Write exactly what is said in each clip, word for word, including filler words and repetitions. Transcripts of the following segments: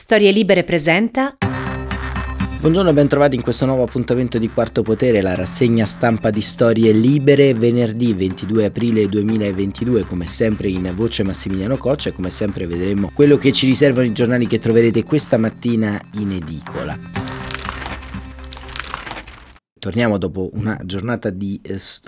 Storie Libere presenta. Buongiorno e ben trovati in questo nuovo appuntamento di Quarto Potere, la rassegna stampa di Storie Libere, venerdì ventidue aprile duemilaventidue, come sempre in voce Massimiliano Coccia, e come sempre vedremo quello che ci riservano i giornali che troverete questa mattina in edicola. Torniamo dopo una giornata di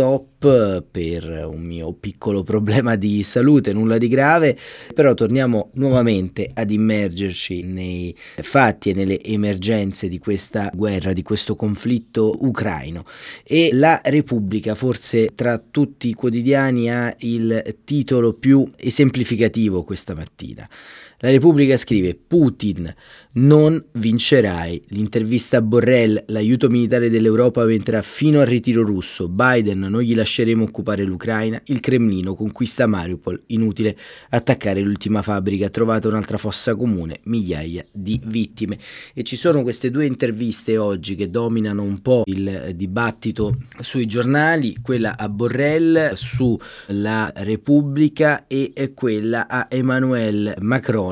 stop per un mio piccolo problema di salute, nulla di grave, però torniamo nuovamente ad immergerci nei fatti e nelle emergenze di questa guerra, di questo conflitto ucraino. E la Repubblica, forse tra tutti i quotidiani, ha il titolo più esemplificativo questa mattina. La Repubblica scrive: Putin, non vincerai. L'intervista a Borrell: l'aiuto militare dell'Europa aumenterà fino al ritiro russo. Biden: non gli lasceremo occupare l'Ucraina. Il Cremlino conquista Mariupol. Inutile attaccare l'ultima fabbrica. Trovata un'altra fossa comune. Migliaia di vittime. E ci sono queste due interviste oggi che dominano un po' il dibattito sui giornali: quella a Borrell sulla Repubblica e quella a Emmanuel Macron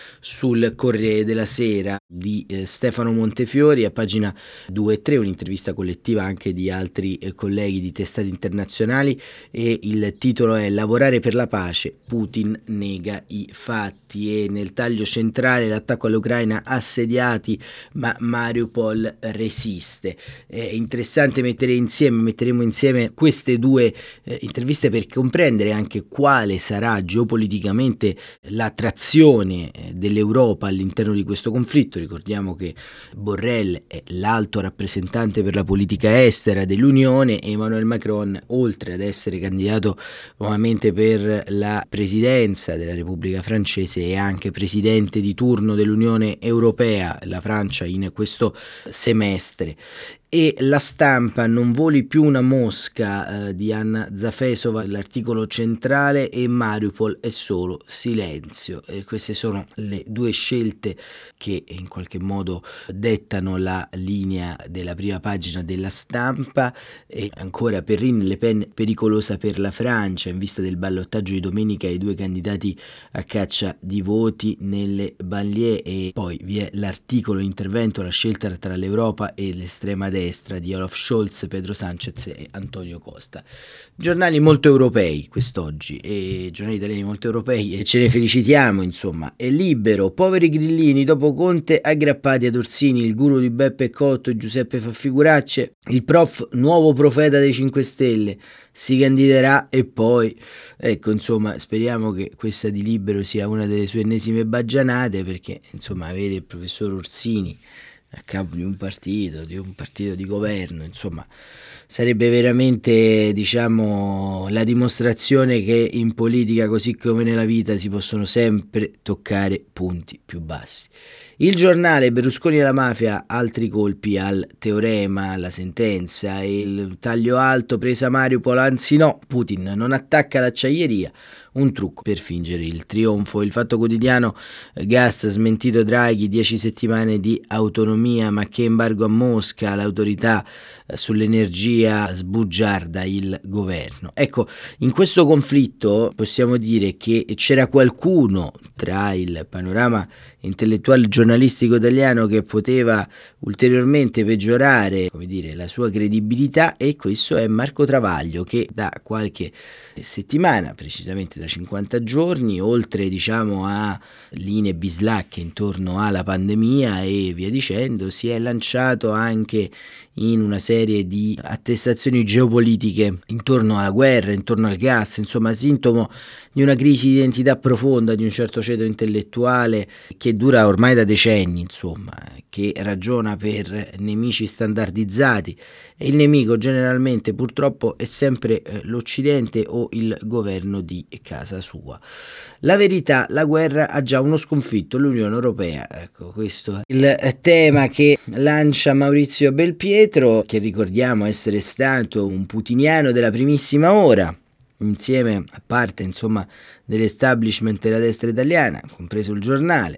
sul Corriere della Sera di eh, Stefano Montefiori, a pagina due e tre, un'intervista collettiva anche di altri eh, colleghi di testate internazionali, e il titolo è "Lavorare per la pace, Putin nega i fatti", e nel taglio centrale l'attacco all'Ucraina: assediati ma Mariupol resiste. È interessante mettere insieme, metteremo insieme queste due eh, interviste per comprendere anche quale sarà geopoliticamente l'attrazione dell'Europa all'interno di questo conflitto. Ricordiamo che Borrell è l'alto rappresentante per la politica estera dell'Unione e Emmanuel Macron, oltre ad essere candidato nuovamente per la presidenza della Repubblica Francese, è anche presidente di turno dell'Unione Europea, la Francia, in questo semestre. E La Stampa: non voli più una mosca eh, di Anna Zafesova, l'articolo centrale, e Mariupol è solo silenzio. E queste sono le due scelte che in qualche modo dettano la linea della prima pagina della Stampa. E ancora Perrine: Le Pen pericolosa per la Francia, in vista del ballottaggio di domenica i due candidati a caccia di voti nelle banlieue. E poi vi è l'articolo intervento: la scelta tra l'Europa e l'estrema destra di Olaf Scholz, Pedro Sanchez e Antonio Costa. Giornali molto europei quest'oggi, e giornali italiani molto europei, e ce ne felicitiamo, insomma. È Libero: poveri grillini, dopo Conte aggrappati ad Orsini, il guru di Beppe Cotto e Giuseppe fa figuracce, il prof nuovo profeta dei cinque Stelle, si candiderà e poi, ecco, insomma, speriamo che questa di Libero sia una delle sue ennesime baggianate, perché insomma avere il professor Orsini a capo di un partito, di un partito di governo, insomma, sarebbe veramente, diciamo, la dimostrazione che in politica, così come nella vita, si possono sempre toccare punti più bassi. Il Giornale: Berlusconi e la mafia, altri colpi al teorema, alla sentenza, e il taglio alto: presa Mariupol, anzi no, Putin non attacca l'acciaieria, un trucco per fingere il trionfo. Il Fatto Quotidiano: gas, smentito Draghi, dieci settimane di autonomia, ma che embargo a Mosca, l'autorità sull'energia sbugiarda il governo. Ecco, in questo conflitto possiamo dire che c'era qualcuno tra il panorama intellettuale giornalistico italiano che poteva ulteriormente peggiorare, come dire, la sua credibilità, e questo è Marco Travaglio, che da qualche settimana, precisamente da cinquanta giorni, oltre diciamo a linee bislacche intorno alla pandemia e via dicendo, si è lanciato anche in una serie di attestazioni geopolitiche intorno alla guerra, intorno al gas, insomma sintomo di una crisi di identità profonda di un certo ceto intellettuale che dura ormai da decenni, insomma, che ragiona per nemici standardizzati, e il nemico generalmente purtroppo è sempre eh, l'Occidente o il governo di casa sua. La Verità: la guerra ha già uno sconfitto, l'Unione Europea. Ecco, questo è il tema che lancia Maurizio Belpietro, che ricordiamo essere stato un putiniano della primissima ora, insieme a parte insomma dell'establishment della destra italiana, compreso il Giornale.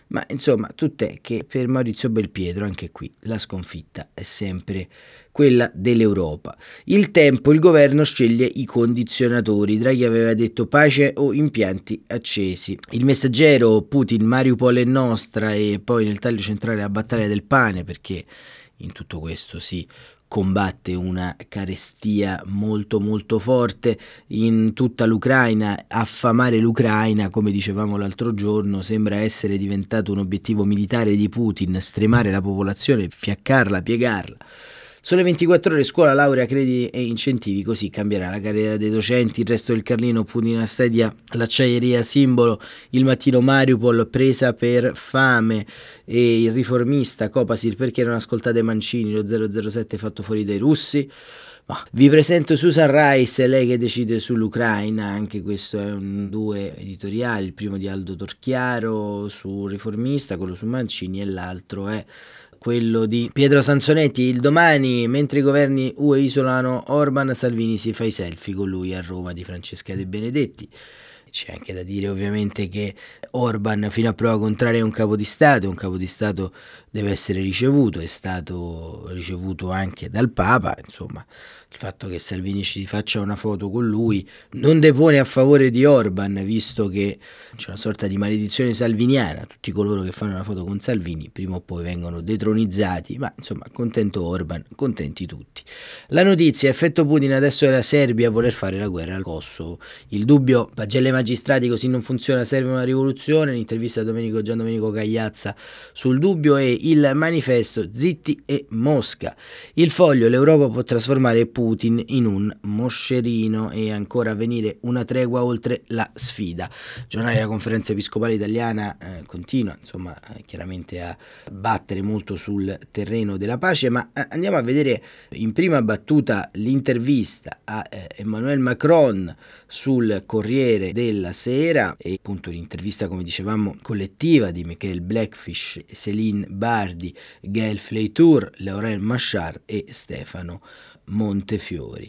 Ma insomma, tutt'è che per Maurizio Belpietro anche qui la sconfitta è sempre quella dell'Europa. Il tempo, il governo sceglie i condizionatori. Draghi aveva detto pace o impianti accesi. Il Messaggero, Putin, Mariupol è nostra, e poi nel taglio centrale la battaglia del pane, perché in tutto questo si combatte una carestia molto molto forte in tutta l'Ucraina. Affamare l'Ucraina, come dicevamo l'altro giorno, sembra essere diventato un obiettivo militare di Putin: stremare la popolazione, fiaccarla, piegarla. Sole ventiquattro ore, scuola, laurea, crediti e incentivi, così cambierà la carriera dei docenti. Il resto del Carlino, Putin assedia l'acciaieria simbolo. Il Mattino, Mariupol presa per fame. E il Riformista, Copasir, perché non ascoltate Mancini, lo zero zero sette fatto fuori dai russi. Ma vi presento Susan Rice, lei che decide sull'Ucraina. Anche questo è un due editoriali, il primo di Aldo Torchiaro su Riformista, quello su Mancini, e l'altro è quello di Pietro Sansonetti. Il Domani, mentre i governi U E isolano Orban, Salvini si fa i selfie con lui a Roma, di Francesca De Benedetti. C'è anche da dire ovviamente che Orban, fino a prova contraria, è un capo di Stato, un capo di Stato deve essere ricevuto, è stato ricevuto anche dal Papa. Insomma, il fatto che Salvini ci faccia una foto con lui non depone a favore di Orban, visto che c'è una sorta di maledizione salviniana: tutti coloro che fanno una foto con Salvini prima o poi vengono detronizzati. Ma insomma, contento Orban, contenti tutti. La notizia: effetto Putin, adesso è la Serbia a voler fare la guerra al Kosovo. Il dubbio, pagelle magistrati, così non funziona, serve una rivoluzione. L'intervista a Domenico Gian Domenico Cagliazza sul dubbio. E il Manifesto, zitti e Mosca. Il Foglio, l'Europa può trasformare Putin in un moscerino e ancora venire una tregua oltre la sfida. Il giornale della Conferenza Episcopale Italiana eh, continua insomma eh, chiaramente a battere molto sul terreno della pace, ma eh, andiamo a vedere in prima battuta l'intervista a eh, Emmanuel Macron sul Corriere della Sera, e appunto l'intervista, come dicevamo, collettiva di Michael Blackfish, Céline Bardi, Gaël Fleitour, Laurent Machard e Stefano Montefiori.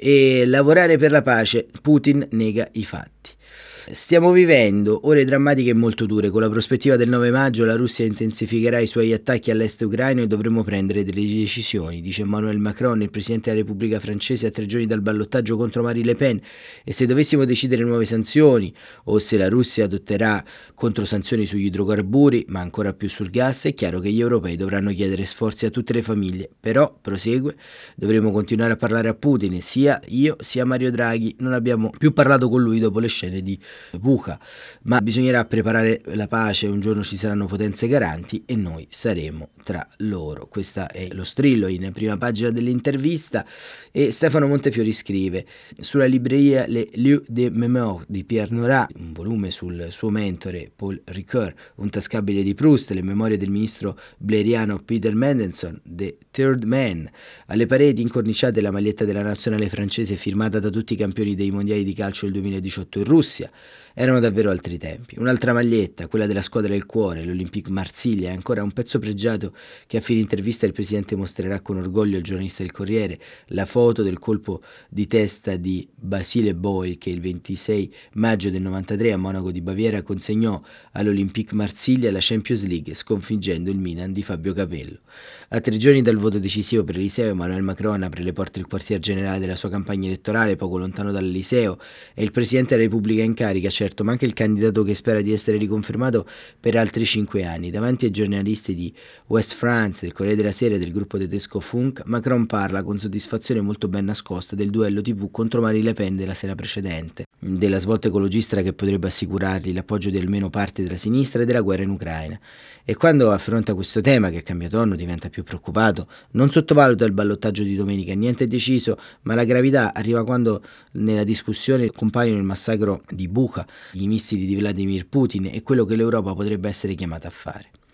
E lavorare per la pace, Putin nega i fatti. Stiamo vivendo ore drammatiche e molto dure. Con la prospettiva del nove maggio la Russia intensificherà i suoi attacchi all'est ucraino e dovremo prendere delle decisioni, dice Emmanuel Macron, il presidente della Repubblica francese, a tre giorni dal ballottaggio contro Marine Le Pen. E se dovessimo decidere nuove sanzioni, o se la Russia adotterà controsanzioni sugli idrocarburi, ma ancora più sul gas, è chiaro che gli europei dovranno chiedere sforzi a tutte le famiglie. Però, prosegue, dovremo continuare a parlare a Putin. Sia io sia Mario Draghi non abbiamo più parlato con lui dopo le scene di Bucha, ma bisognerà preparare la pace. Un giorno ci saranno potenze garanti e noi saremo tra loro. Questo è lo strillo in prima pagina dell'intervista. E Stefano Montefiori scrive sulla libreria Les Lieux de Mémoire di Pierre Nora, un volume sul suo mentore Paul Ricoeur, un tascabile di Proust, le memorie del ministro blairiano Peter Mandelson, The Third Man. Alle pareti incorniciate la maglietta della nazionale francese firmata da tutti i campioni dei mondiali di calcio del duemiladiciotto in Russia. Erano davvero altri tempi. Un'altra maglietta, quella della squadra del cuore, l'Olympique Marsiglia, è ancora un pezzo pregiato che a fine intervista il presidente mostrerà con orgoglio al giornalista del Corriere: la foto del colpo di testa di Basile Boi, che il ventisei maggio del novantatré a Monaco di Baviera consegnò all'Olympique Marsiglia la Champions League, sconfiggendo il Milan di Fabio Capello. A tre giorni dal voto decisivo per l'Eliseo, Emmanuel Macron apre le porte del quartier generale della sua campagna elettorale, poco lontano dall'Eliseo. È il presidente della Repubblica in carica, certo, ma anche il candidato che spera di essere riconfermato per altri cinque anni. Davanti ai giornalisti di West France, del Corriere della Sera e del gruppo tedesco Funk, Macron parla con soddisfazione molto ben nascosta del duello tivù contro Marine Le Pen della sera precedente, della svolta ecologista che potrebbe assicurargli l'appoggio di almeno parte della sinistra e della guerra in Ucraina. E quando affronta questo tema, che cambia tono, diventa più preoccupato, non sottovaluta il ballottaggio di domenica. Niente è deciso, ma la gravità arriva quando nella discussione compaiono il massacro di Bucha, i missili di Vladimir Putin e quello che l'Europa potrebbe essere chiamata a fare.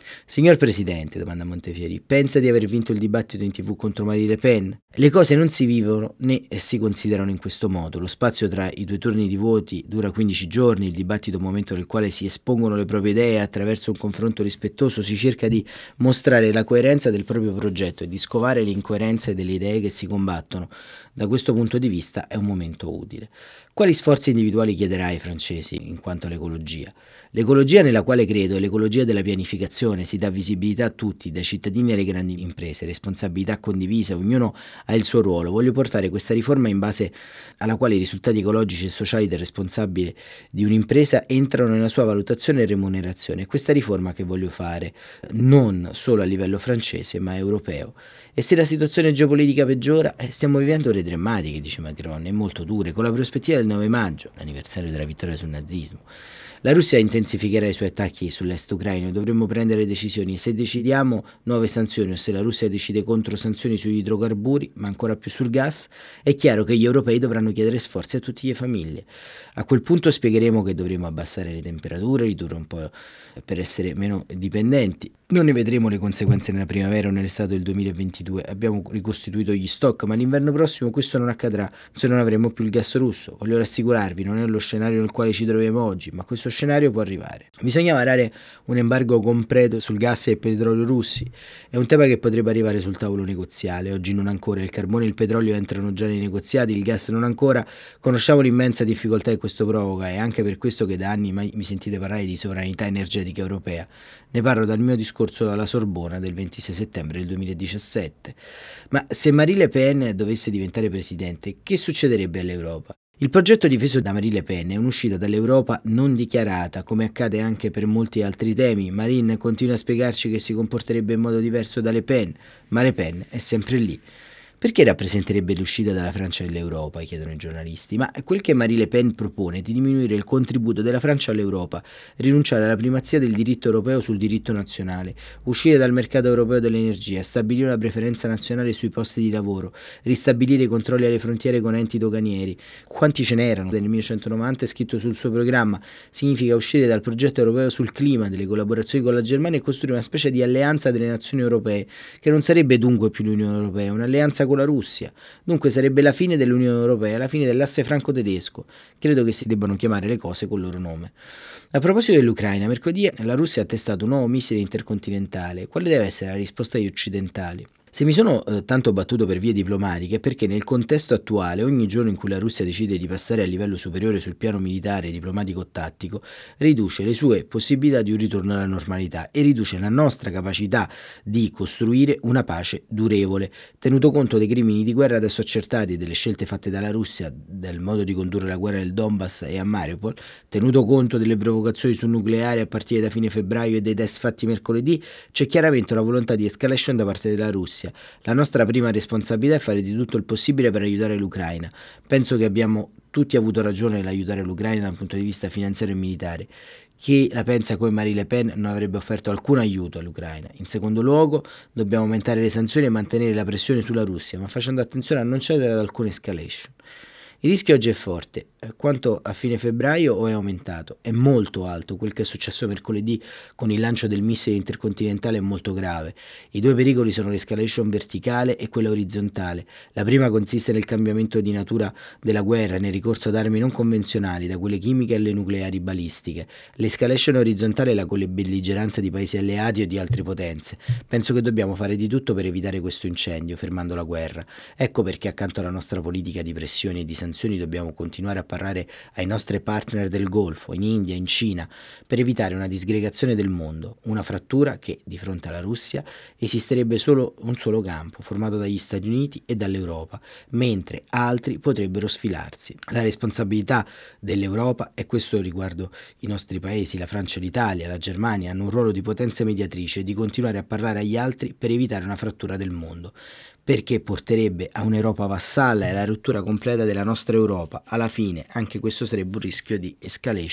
Signor Presidente, domanda Montefiori, pensa di aver vinto il dibattito in tivù contro Marine Le Pen? Le cose non si vivono né si considerano in questo modo. Lo spazio tra i due turni di voti dura quindici giorni, il dibattito è un momento nel quale si espongono le proprie idee attraverso un confronto rispettoso, si cerca di mostrare la coerenza del proprio progetto e di scovare le incoerenze delle idee che si combattono. Da questo punto di vista è un momento utile. Quali sforzi individuali chiederà ai francesi in quanto all'ecologia? L'ecologia nella quale credo è l'ecologia della pianificazione, si dà visibilità a tutti, dai cittadini alle grandi imprese, responsabilità condivisa, ognuno ha il suo ruolo. Voglio portare questa riforma in base alla quale i risultati ecologici e sociali del responsabile di un'impresa entrano nella sua valutazione e remunerazione. È questa riforma che voglio fare, non solo a livello francese ma europeo. E se la situazione geopolitica peggiora, eh, stiamo vivendo ore drammatiche, dice Macron, e molto dure, con la prospettiva del nove maggio, l'anniversario della vittoria sul nazismo. La Russia intensificherà i suoi attacchi sull'est ucraino e dovremmo prendere decisioni. Se decidiamo nuove sanzioni o se la Russia decide contro sanzioni sugli idrocarburi, ma ancora più sul gas, è chiaro che gli europei dovranno chiedere sforzi a tutte le famiglie. A quel punto spiegheremo che dovremo abbassare le temperature, ridurre un po' per essere meno dipendenti. Non ne vedremo le conseguenze nella primavera o nell'estate del duemilaventidue. Abbiamo ricostituito gli stock, ma l'inverno prossimo questo non accadrà se non avremo più il gas russo. Voglio rassicurarvi, non è lo scenario nel quale ci troviamo oggi, ma questo scenario può arrivare. Bisogna varare un embargo completo sul gas e il petrolio russi. È un tema che potrebbe arrivare sul tavolo negoziale. Oggi non ancora. Il carbone e il petrolio entrano già nei negoziati, il gas non ancora. Conosciamo l'immensa difficoltà che questo provoca. È anche per questo che da anni mai mi sentite parlare di sovranità energetica europea. Ne parlo dal mio discorso alla Sorbona del ventisei settembre del duemiladiciassette. Ma se Marine Le Pen dovesse diventare presidente, che succederebbe all'Europa? Il progetto difeso da Marine Le Pen è un'uscita dall'Europa non dichiarata, come accade anche per molti altri temi. Marine continua a spiegarci che si comporterebbe in modo diverso da Le Pen, ma Le Pen è sempre lì. Perché rappresenterebbe l'uscita dalla Francia dall'Europa, chiedono i giornalisti, ma quel che Marine Le Pen propone è di diminuire il contributo della Francia all'Europa, rinunciare alla primazia del diritto europeo sul diritto nazionale, uscire dal mercato europeo dell'energia, stabilire una preferenza nazionale sui posti di lavoro, ristabilire i controlli alle frontiere con enti doganieri. Quanti ce n'erano? Nel millenovecentonovanta è scritto sul suo programma, significa uscire dal progetto europeo sul clima, delle collaborazioni con la Germania e costruire una specie di alleanza delle nazioni europee, che non sarebbe dunque più l'Unione Europea, un'alleanza con la Russia. Dunque sarebbe la fine dell'Unione Europea, la fine dell'asse franco-tedesco. Credo che si debbano chiamare le cose col loro nome. A proposito dell'Ucraina, mercoledì la Russia ha testato un nuovo missile intercontinentale. Quale deve essere la risposta degli occidentali? Se mi sono eh, tanto battuto per vie diplomatiche è perché nel contesto attuale ogni giorno in cui la Russia decide di passare a livello superiore sul piano militare, diplomatico o tattico riduce le sue possibilità di un ritorno alla normalità e riduce la nostra capacità di costruire una pace durevole. Tenuto conto dei crimini di guerra adesso accertati e delle scelte fatte dalla Russia, del modo di condurre la guerra del Donbass e a Mariupol, tenuto conto delle provocazioni sul nucleare a partire da fine febbraio e dei test fatti mercoledì, c'è chiaramente una volontà di escalation da parte della Russia. La nostra prima responsabilità è fare di tutto il possibile per aiutare l'Ucraina. Penso che abbiamo tutti avuto ragione nell'aiutare l'Ucraina dal punto di vista finanziario e militare. Chi la pensa come Marine Le Pen non avrebbe offerto alcun aiuto all'Ucraina. In secondo luogo, dobbiamo aumentare le sanzioni e mantenere la pressione sulla Russia, ma facendo attenzione a non cedere ad alcuna escalation. Il rischio oggi è forte, quanto a fine febbraio o è aumentato? È molto alto, quel che è successo mercoledì con il lancio del missile intercontinentale è molto grave. I due pericoli sono l'escalation verticale e quella orizzontale. La prima consiste nel cambiamento di natura della guerra, nel ricorso ad armi non convenzionali, da quelle chimiche alle nucleari balistiche. L'escalation orizzontale è la con le belligeranze di paesi alleati o di altre potenze. Penso che dobbiamo fare di tutto per evitare questo incendio, fermando la guerra. Ecco perché accanto alla nostra politica di pressioni e di sanzioni dobbiamo continuare a parlare ai nostri partner del Golfo, in India, in Cina, per evitare una disgregazione del mondo, una frattura che, di fronte alla Russia, esisterebbe solo un solo campo, formato dagli Stati Uniti e dall'Europa, mentre altri potrebbero sfilarsi. La responsabilità dell'Europa, e questo riguardo i nostri paesi, la Francia e l'Italia, la Germania, hanno un ruolo di potenza mediatrice, di continuare a parlare agli altri per evitare una frattura del mondo, perché porterebbe a un'Europa vassalla e alla rottura completa della nostra Europa. Alla fine anche questo sarebbe un rischio di escalation.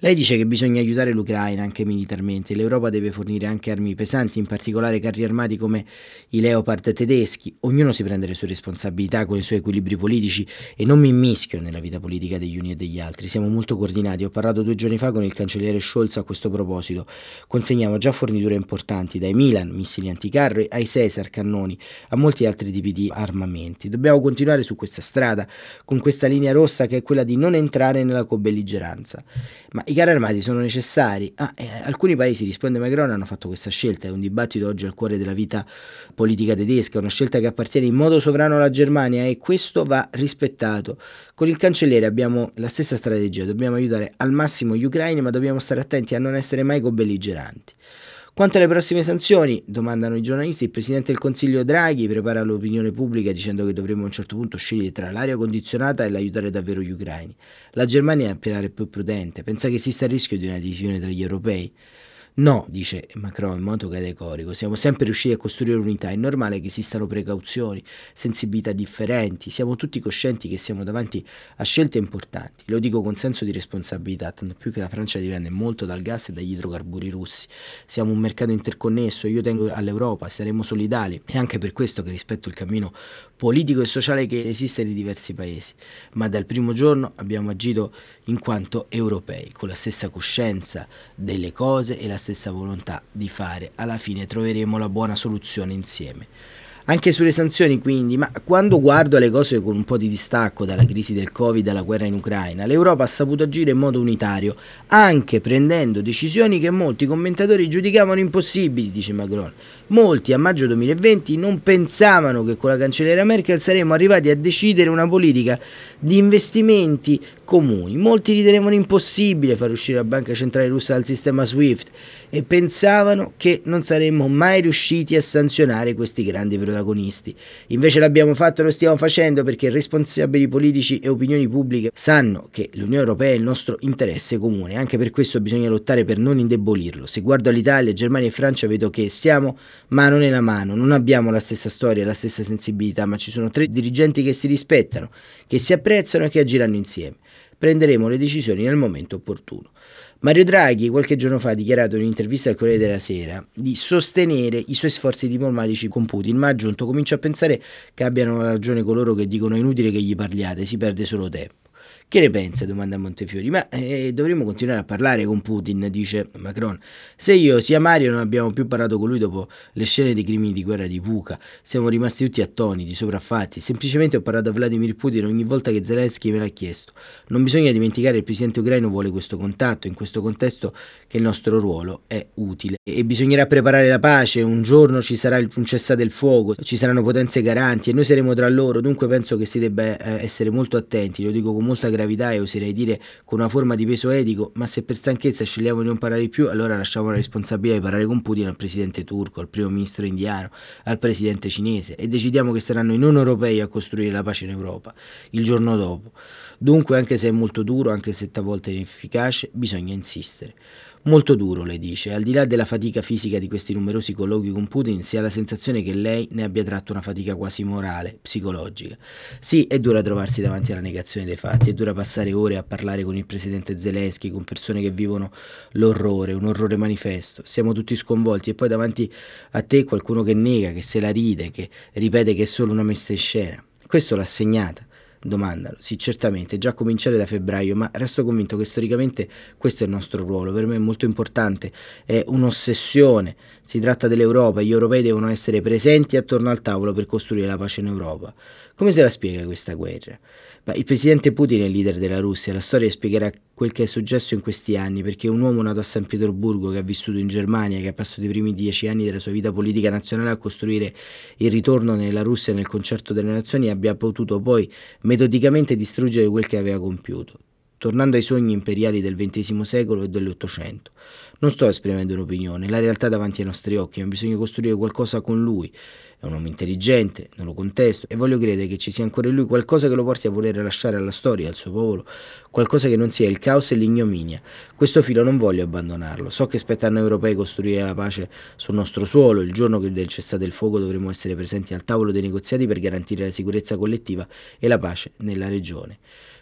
Lei dice che bisogna aiutare l'Ucraina anche militarmente, l'Europa deve fornire anche armi pesanti, in particolare carri armati come i Leopard tedeschi. Ognuno si prende le sue responsabilità con i suoi equilibri politici e non mi immischio nella vita politica degli uni e degli altri. Siamo molto coordinati. Ho parlato due giorni fa con il cancelliere Scholz a questo proposito. Consegniamo già forniture importanti, dai Milan, missili anticarro, ai Caesar, cannoni, a molti altri tipi di armamenti. Dobbiamo continuare su questa strada, con questa linea rossa che è quella di non entrare nella cobelligeranza. Ma i carri armati sono necessari? Ah, eh, alcuni paesi, risponde Macron, hanno fatto questa scelta. È un dibattito oggi al cuore della vita politica tedesca, una scelta che appartiene in modo sovrano alla Germania e questo va rispettato. Con il cancelliere abbiamo la stessa strategia, dobbiamo aiutare al massimo gli ucraini, ma dobbiamo stare attenti a non essere mai cobelligeranti. Quanto alle prossime sanzioni, domandano i giornalisti, il Presidente del Consiglio Draghi prepara l'opinione pubblica dicendo che dovremo a un certo punto scegliere tra l'aria condizionata e l'aiutare davvero gli ucraini. La Germania è appelare più prudente, pensa che esista il rischio di una divisione tra gli europei? No, dice Macron in modo categorico, siamo sempre riusciti a costruire unità, è normale che esistano precauzioni, sensibilità differenti, siamo tutti coscienti che siamo davanti a scelte importanti, lo dico con senso di responsabilità, tanto più che la Francia dipende molto dal gas e dagli idrocarburi russi, siamo un mercato interconnesso, io tengo all'Europa, saremo solidali, è anche per questo che rispetto il cammino politico e sociale che esiste nei diversi paesi, ma dal primo giorno abbiamo agito in quanto europei, con la stessa coscienza delle cose e la stessa volontà di fare. Alla fine troveremo la buona soluzione insieme. Anche sulle sanzioni quindi, ma quando guardo le cose con un po' di distacco dalla crisi del Covid alla guerra in Ucraina, l'Europa ha saputo agire in modo unitario, anche prendendo decisioni che molti commentatori giudicavano impossibili, dice Macron. Molti a maggio duemilaventi non pensavano che con la cancelliera Merkel saremmo arrivati a decidere una politica di investimenti comuni. Molti ritenevano impossibile far uscire la banca centrale russa dal sistema SWIFT e pensavano che non saremmo mai riusciti a sanzionare questi grandi protagonisti. Invece l'abbiamo fatto e lo stiamo facendo perché responsabili politici e opinioni pubbliche sanno che l'Unione Europea è il nostro interesse comune. Anche per questo bisogna lottare per non indebolirlo. Se guardo all'Italia, Germania e Francia vedo che siamo mano nella mano, non abbiamo la stessa storia, la stessa sensibilità, ma ci sono tre dirigenti che si rispettano, che si apprezzano e che agiranno insieme. Prenderemo le decisioni nel momento opportuno. Mario Draghi qualche giorno fa ha dichiarato in un'intervista al Corriere della Sera di sostenere i suoi sforzi diplomatici con Putin, ma ha aggiunto: comincio a pensare che abbiano ragione coloro che dicono è inutile che gli parliate, si perde solo tempo. Che ne pensa? Domanda Montefiori. Ma eh, dovremmo continuare a parlare con Putin, dice Macron. Se io sia Mario non abbiamo più parlato con lui dopo le scene dei crimini di guerra di Bucha, siamo rimasti tutti attoniti, sopraffatti. Semplicemente ho parlato a Vladimir Putin ogni volta che Zelensky me l'ha chiesto. Non bisogna dimenticare che il presidente ucraino vuole questo contatto, in questo contesto che il nostro ruolo è utile. E bisognerà preparare la pace, un giorno ci sarà un cessate il fuoco, ci saranno potenze garanti e noi saremo tra loro, dunque penso che si debba essere molto attenti, lo dico con molta gravità e oserei dire con una forma di peso etico, ma se per stanchezza scegliamo di non parlare più, allora lasciamo la responsabilità di parlare con Putin al presidente turco, al primo ministro indiano, al presidente cinese e decidiamo che saranno i non europei a costruire la pace in Europa il giorno dopo. Dunque, anche se è molto duro, anche se talvolta è inefficace, bisogna insistere. Molto duro, le dice, al di là della fatica fisica di questi numerosi colloqui con Putin, si ha la sensazione che lei ne abbia tratto una fatica quasi morale, psicologica. Sì, è dura trovarsi davanti alla negazione dei fatti, è dura passare ore a parlare con il presidente Zelensky, con persone che vivono l'orrore, un orrore manifesto. Siamo tutti sconvolti e poi davanti a te qualcuno che nega, che se la ride, che ripete che è solo una messa in scena. Questo l'ha segnata. Domandalo. Sì, certamente, già a cominciare da febbraio, ma resto convinto che storicamente questo è il nostro ruolo, per me è molto importante, è un'ossessione, si tratta dell'Europa, gli europei devono essere presenti attorno al tavolo per costruire la pace in Europa. Come se la spiega questa guerra? Beh, il presidente Putin è il leader della Russia, la storia spiegherà quel che è successo in questi anni, perché un uomo nato a San Pietroburgo, che ha vissuto in Germania, che ha passato i primi dieci anni della sua vita politica nazionale a costruire il ritorno nella Russia nel concerto delle nazioni, abbia potuto poi metodicamente distruggere quel che aveva compiuto, tornando ai sogni imperiali del ventesimo secolo e dell'Ottocento. Non sto esprimendo un'opinione, la realtà davanti ai nostri occhi, ma bisogna costruire qualcosa con lui. È un uomo intelligente, non lo contesto, e voglio credere che ci sia ancora in lui qualcosa che lo porti a voler lasciare alla storia, al suo popolo, qualcosa che non sia il caos e l'ignominia. Questo filo non voglio abbandonarlo. So che spetta a noi europei costruire la pace sul nostro suolo. Il giorno del cessate il fuoco dovremo essere presenti al tavolo dei negoziati per garantire la sicurezza collettiva e la pace nella regione.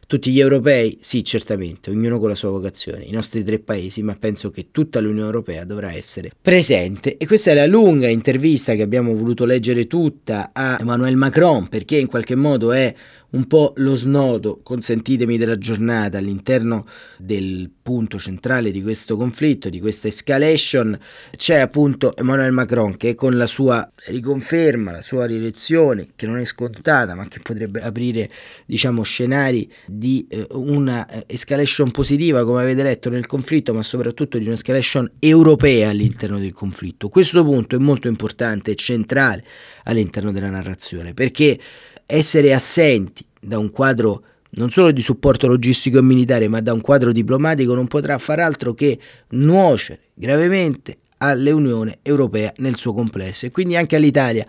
Tutti gli europei? Sì, certamente, ognuno con la sua vocazione, i nostri tre paesi, ma penso che tutta l'Unione Europea dovrà essere presente. E questa è la lunga intervista che abbiamo voluto leggere tutta a Emmanuel Macron, perché in qualche modo è un po' lo snodo, consentitemi, della giornata all'interno del punto centrale di questo conflitto, di questa escalation. C'è appunto Emmanuel Macron che con la sua riconferma, la sua rielezione, che non è scontata ma che potrebbe aprire, diciamo, scenari di eh, una escalation positiva, come avete letto, nel conflitto, ma soprattutto di un'escalation europea all'interno del conflitto. Questo punto è molto importante e centrale all'interno della narrazione, perché essere assenti da un quadro non solo di supporto logistico e militare, ma da un quadro diplomatico non potrà far altro che nuocere gravemente all'Unione Europea nel suo complesso e quindi anche all'Italia.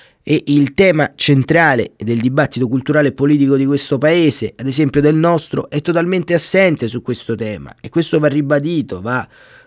E il tema centrale del dibattito culturale e politico di questo paese, ad esempio del nostro, è totalmente assente su questo tema, e questo va ribadito, va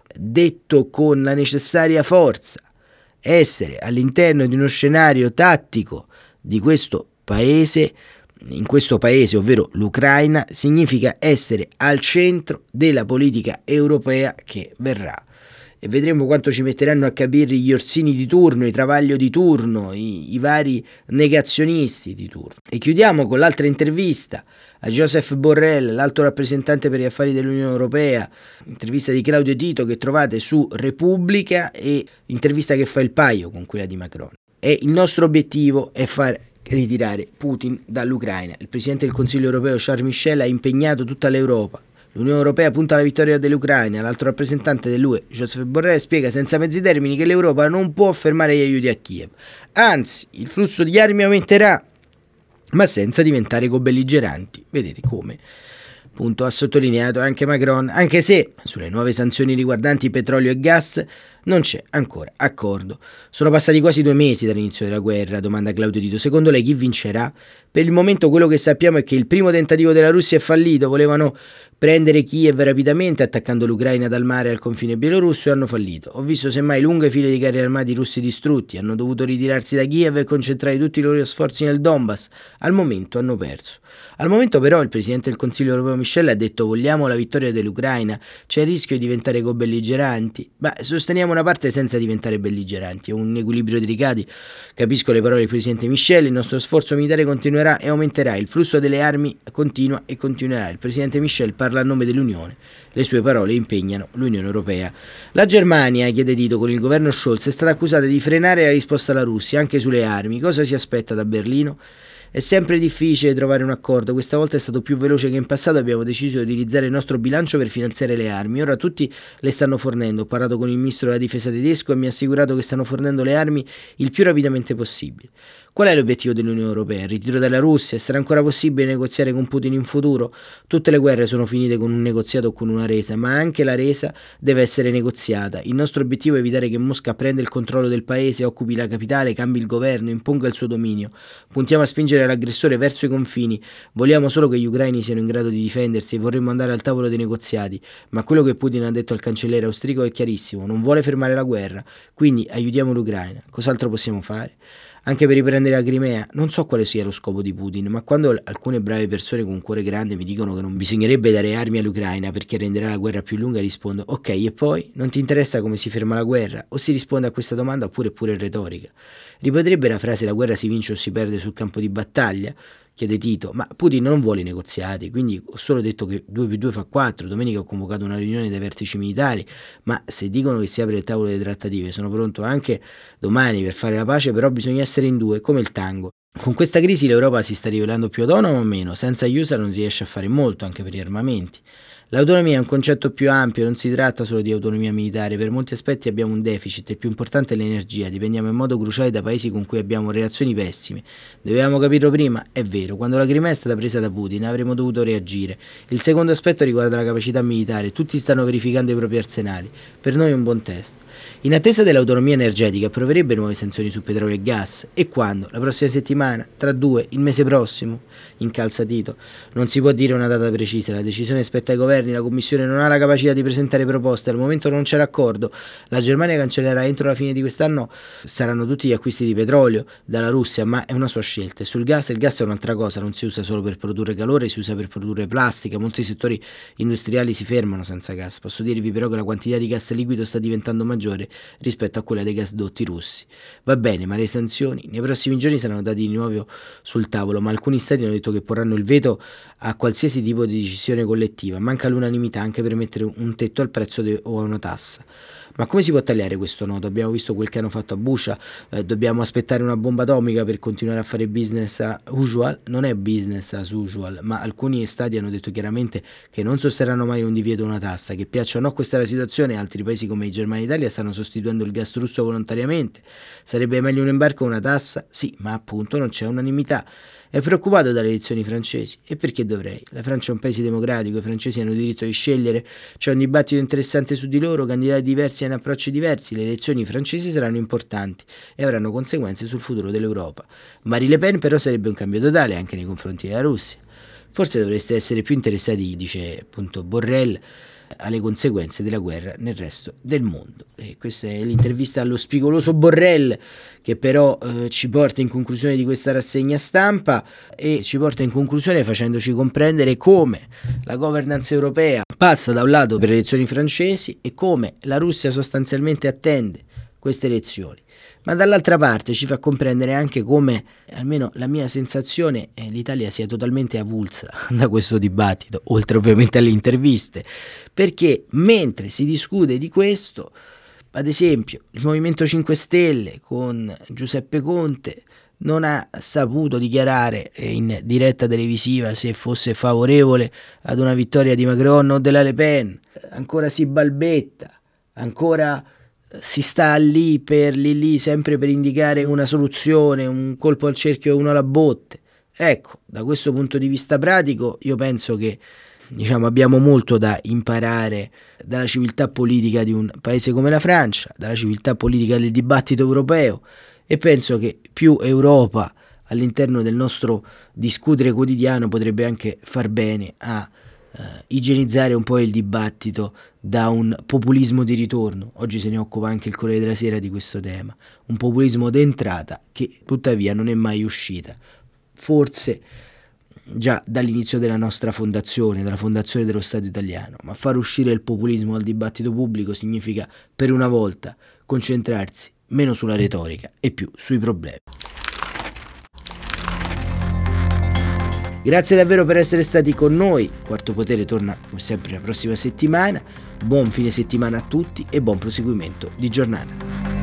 detto con la necessaria forza. Essere all'interno di uno scenario tattico di questo paese, in questo paese, ovvero l'Ucraina, significa essere al centro della politica europea che verrà. E vedremo quanto ci metteranno a capire gli Orsini di turno, i Travaglio di turno, i, i vari negazionisti di turno. E chiudiamo con l'altra intervista a Josep Borrell, l'alto rappresentante per gli affari dell'Unione Europea, intervista di Claudio Tito che trovate su Repubblica, e intervista che fa il paio con quella di Macron. E il nostro obiettivo è far ritirare Putin dall'Ucraina. Il Presidente del Consiglio Europeo Charles Michel ha impegnato tutta l'Europa. L'Unione Europea punta alla vittoria dell'Ucraina. L'altro rappresentante dell'U E, Josep Borrell, spiega senza mezzi termini che l'Europa non può fermare gli aiuti a Kiev. Anzi, il flusso di armi aumenterà, ma senza diventare co-belligeranti. Vedete come? Appunto, ha sottolineato anche Macron, anche se sulle nuove sanzioni riguardanti petrolio e gas non c'è ancora accordo. Sono passati quasi due mesi dall'inizio della guerra, domanda Claudio Tito. Secondo lei chi vincerà? Per il momento quello che sappiamo è che il primo tentativo della Russia è fallito. Volevano prendere Kiev rapidamente attaccando l'Ucraina dal mare al confine bielorusso e hanno fallito. Ho visto semmai lunghe file di carri armati russi distrutti. Hanno dovuto ritirarsi da Kiev e concentrare tutti i loro sforzi nel Donbass. Al momento hanno perso. Al momento però il Presidente del Consiglio Europeo Michel ha detto vogliamo la vittoria dell'Ucraina, c'è il rischio di diventare co-belligeranti, ma sosteniamo una parte senza diventare belligeranti, è un equilibrio delicato. Capisco le parole del Presidente Michel, il nostro sforzo militare continuerà e aumenterà, il flusso delle armi continua e continuerà. Il Presidente Michel parla a nome dell'Unione, le sue parole impegnano l'Unione Europea. La Germania, chiede Tito, con il governo Scholz è stata accusata di frenare la risposta alla Russia anche sulle armi. Cosa si aspetta da Berlino? È sempre difficile trovare un accordo, questa volta è stato più veloce che in passato, abbiamo deciso di utilizzare il nostro bilancio per finanziare le armi, ora tutti le stanno fornendo, ho parlato con il ministro della difesa tedesco e mi ha assicurato che stanno fornendo le armi il più rapidamente possibile. Qual è l'obiettivo dell'Unione Europea? Il ritiro dalla Russia? Sarà ancora possibile negoziare con Putin in futuro? Tutte le guerre sono finite con un negoziato o con una resa, ma anche la resa deve essere negoziata. Il nostro obiettivo è evitare che Mosca prenda il controllo del paese, occupi la capitale, cambi il governo, imponga il suo dominio. Puntiamo a spingere l'aggressore verso i confini. Vogliamo solo che gli ucraini siano in grado di difendersi e vorremmo andare al tavolo dei negoziati. Ma quello che Putin ha detto al cancelliere austriaco è chiarissimo, non vuole fermare la guerra, quindi aiutiamo l'Ucraina. Cos'altro possiamo fare? Anche per riprendere la Crimea, non so quale sia lo scopo di Putin, ma quando alcune brave persone con cuore grande mi dicono che non bisognerebbe dare armi all'Ucraina perché renderà la guerra più lunga, rispondo ok, e poi? Non ti interessa come si ferma la guerra? O si risponde a questa domanda oppure è pure retorica? Ripeterebbe la frase la guerra si vince o si perde sul campo di battaglia? Chiede Tito, ma Putin non vuole i negoziati, quindi ho solo detto che due più due fa quattro, domenica ho convocato una riunione dei vertici militari, ma se dicono che si apre il tavolo delle trattative sono pronto anche domani per fare la pace, però bisogna essere in due, come il tango. Con questa crisi l'Europa si sta rivelando più autonoma o meno, senza gli U S A non si riesce a fare molto anche per gli armamenti. L'autonomia è un concetto più ampio, non si tratta solo di autonomia militare, per molti aspetti abbiamo un deficit, il più importante è l'energia, dipendiamo in modo cruciale da paesi con cui abbiamo relazioni pessime. Dovevamo capirlo prima? È vero, quando la Crimea è stata presa da Putin avremmo dovuto reagire. Il secondo aspetto riguarda la capacità militare, tutti stanno verificando i propri arsenali, per noi è un buon test. In attesa dell'autonomia energetica approverebbe nuove sanzioni su petrolio e gas, e quando? La prossima settimana? Tra due? Il mese prossimo? Incalza Tito. Non si può dire una data precisa, la decisione spetta ai governi governi, la Commissione non ha la capacità di presentare proposte, al momento non c'è l'accordo, la Germania cancellerà entro la fine di quest'anno, saranno tutti gli acquisti di petrolio dalla Russia, ma è una sua scelta. E sul gas, il gas è un'altra cosa, non si usa solo per produrre calore, si usa per produrre plastica, molti settori industriali si fermano senza gas. Posso dirvi però che la quantità di gas liquido sta diventando maggiore rispetto a quella dei gasdotti russi. Va bene, ma le sanzioni nei prossimi giorni saranno dati di nuovo sul tavolo, ma alcuni stati hanno detto che porranno il veto a qualsiasi tipo di decisione collettiva. Manca l'unanimità anche per mettere un tetto al prezzo de- o a una tassa. Ma come si può tagliare questo nodo? Abbiamo visto quel che hanno fatto a Bucha, eh, dobbiamo aspettare una bomba atomica per continuare a fare business as usual? Non è business as usual, ma alcuni stati hanno detto chiaramente che non sosterranno mai un divieto o una tassa, che piaccia o no questa è la situazione. Altri paesi come Germania e Italia stanno sostituendo il gas russo volontariamente. Sarebbe meglio un embargo o una tassa? Sì, ma appunto non c'è unanimità. È preoccupato dalle elezioni francesi. E perché dovrei? La Francia è un paese democratico, i francesi hanno diritto di scegliere, c'è un dibattito interessante su di loro, candidati diversi hanno approcci diversi, le elezioni francesi saranno importanti e avranno conseguenze sul futuro dell'Europa. Marine Le Pen però sarebbe un cambio totale anche nei confronti della Russia. Forse dovreste essere più interessati, dice appunto Borrell, alle conseguenze della guerra nel resto del mondo. E questa è l'intervista allo spigoloso Borrell, che però eh, ci porta in conclusione di questa rassegna stampa e ci porta in conclusione facendoci comprendere come la governance europea passa da un lato per le elezioni francesi e come la Russia sostanzialmente attende queste elezioni, ma dall'altra parte ci fa comprendere anche come, almeno la mia sensazione, è l'Italia sia totalmente avulsa da questo dibattito, oltre ovviamente alle interviste, perché mentre si discute di questo, ad esempio, il Movimento cinque Stelle con Giuseppe Conte non ha saputo dichiarare in diretta televisiva se fosse favorevole ad una vittoria di Macron o della Le Pen, ancora si balbetta, ancora si sta lì per lì lì sempre per indicare una soluzione, un colpo al cerchio e uno alla botte. Ecco, da questo punto di vista pratico io penso che diciamo abbiamo molto da imparare dalla civiltà politica di un paese come la Francia, dalla civiltà politica del dibattito europeo, e penso che più Europa all'interno del nostro discutere quotidiano potrebbe anche far bene a Uh, igienizzare un po' il dibattito da un populismo di ritorno. Oggi se ne occupa anche il Corriere della Sera di questo tema, un populismo d'entrata che tuttavia non è mai uscita, forse già dall'inizio della nostra fondazione, dalla fondazione dello Stato italiano. Ma far uscire il populismo dal dibattito pubblico significa per una volta concentrarsi meno sulla retorica e più sui problemi. Grazie davvero per essere stati con noi. Quarto Potere torna come sempre la prossima settimana. Buon fine settimana a tutti e buon proseguimento di giornata.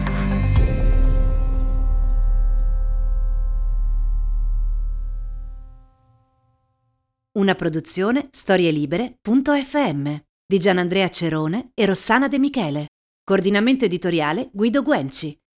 Una produzione storielibere punto effe emme di Gianandrea Cerone e Rossana De Michele. Coordinamento editoriale Guido Guenci.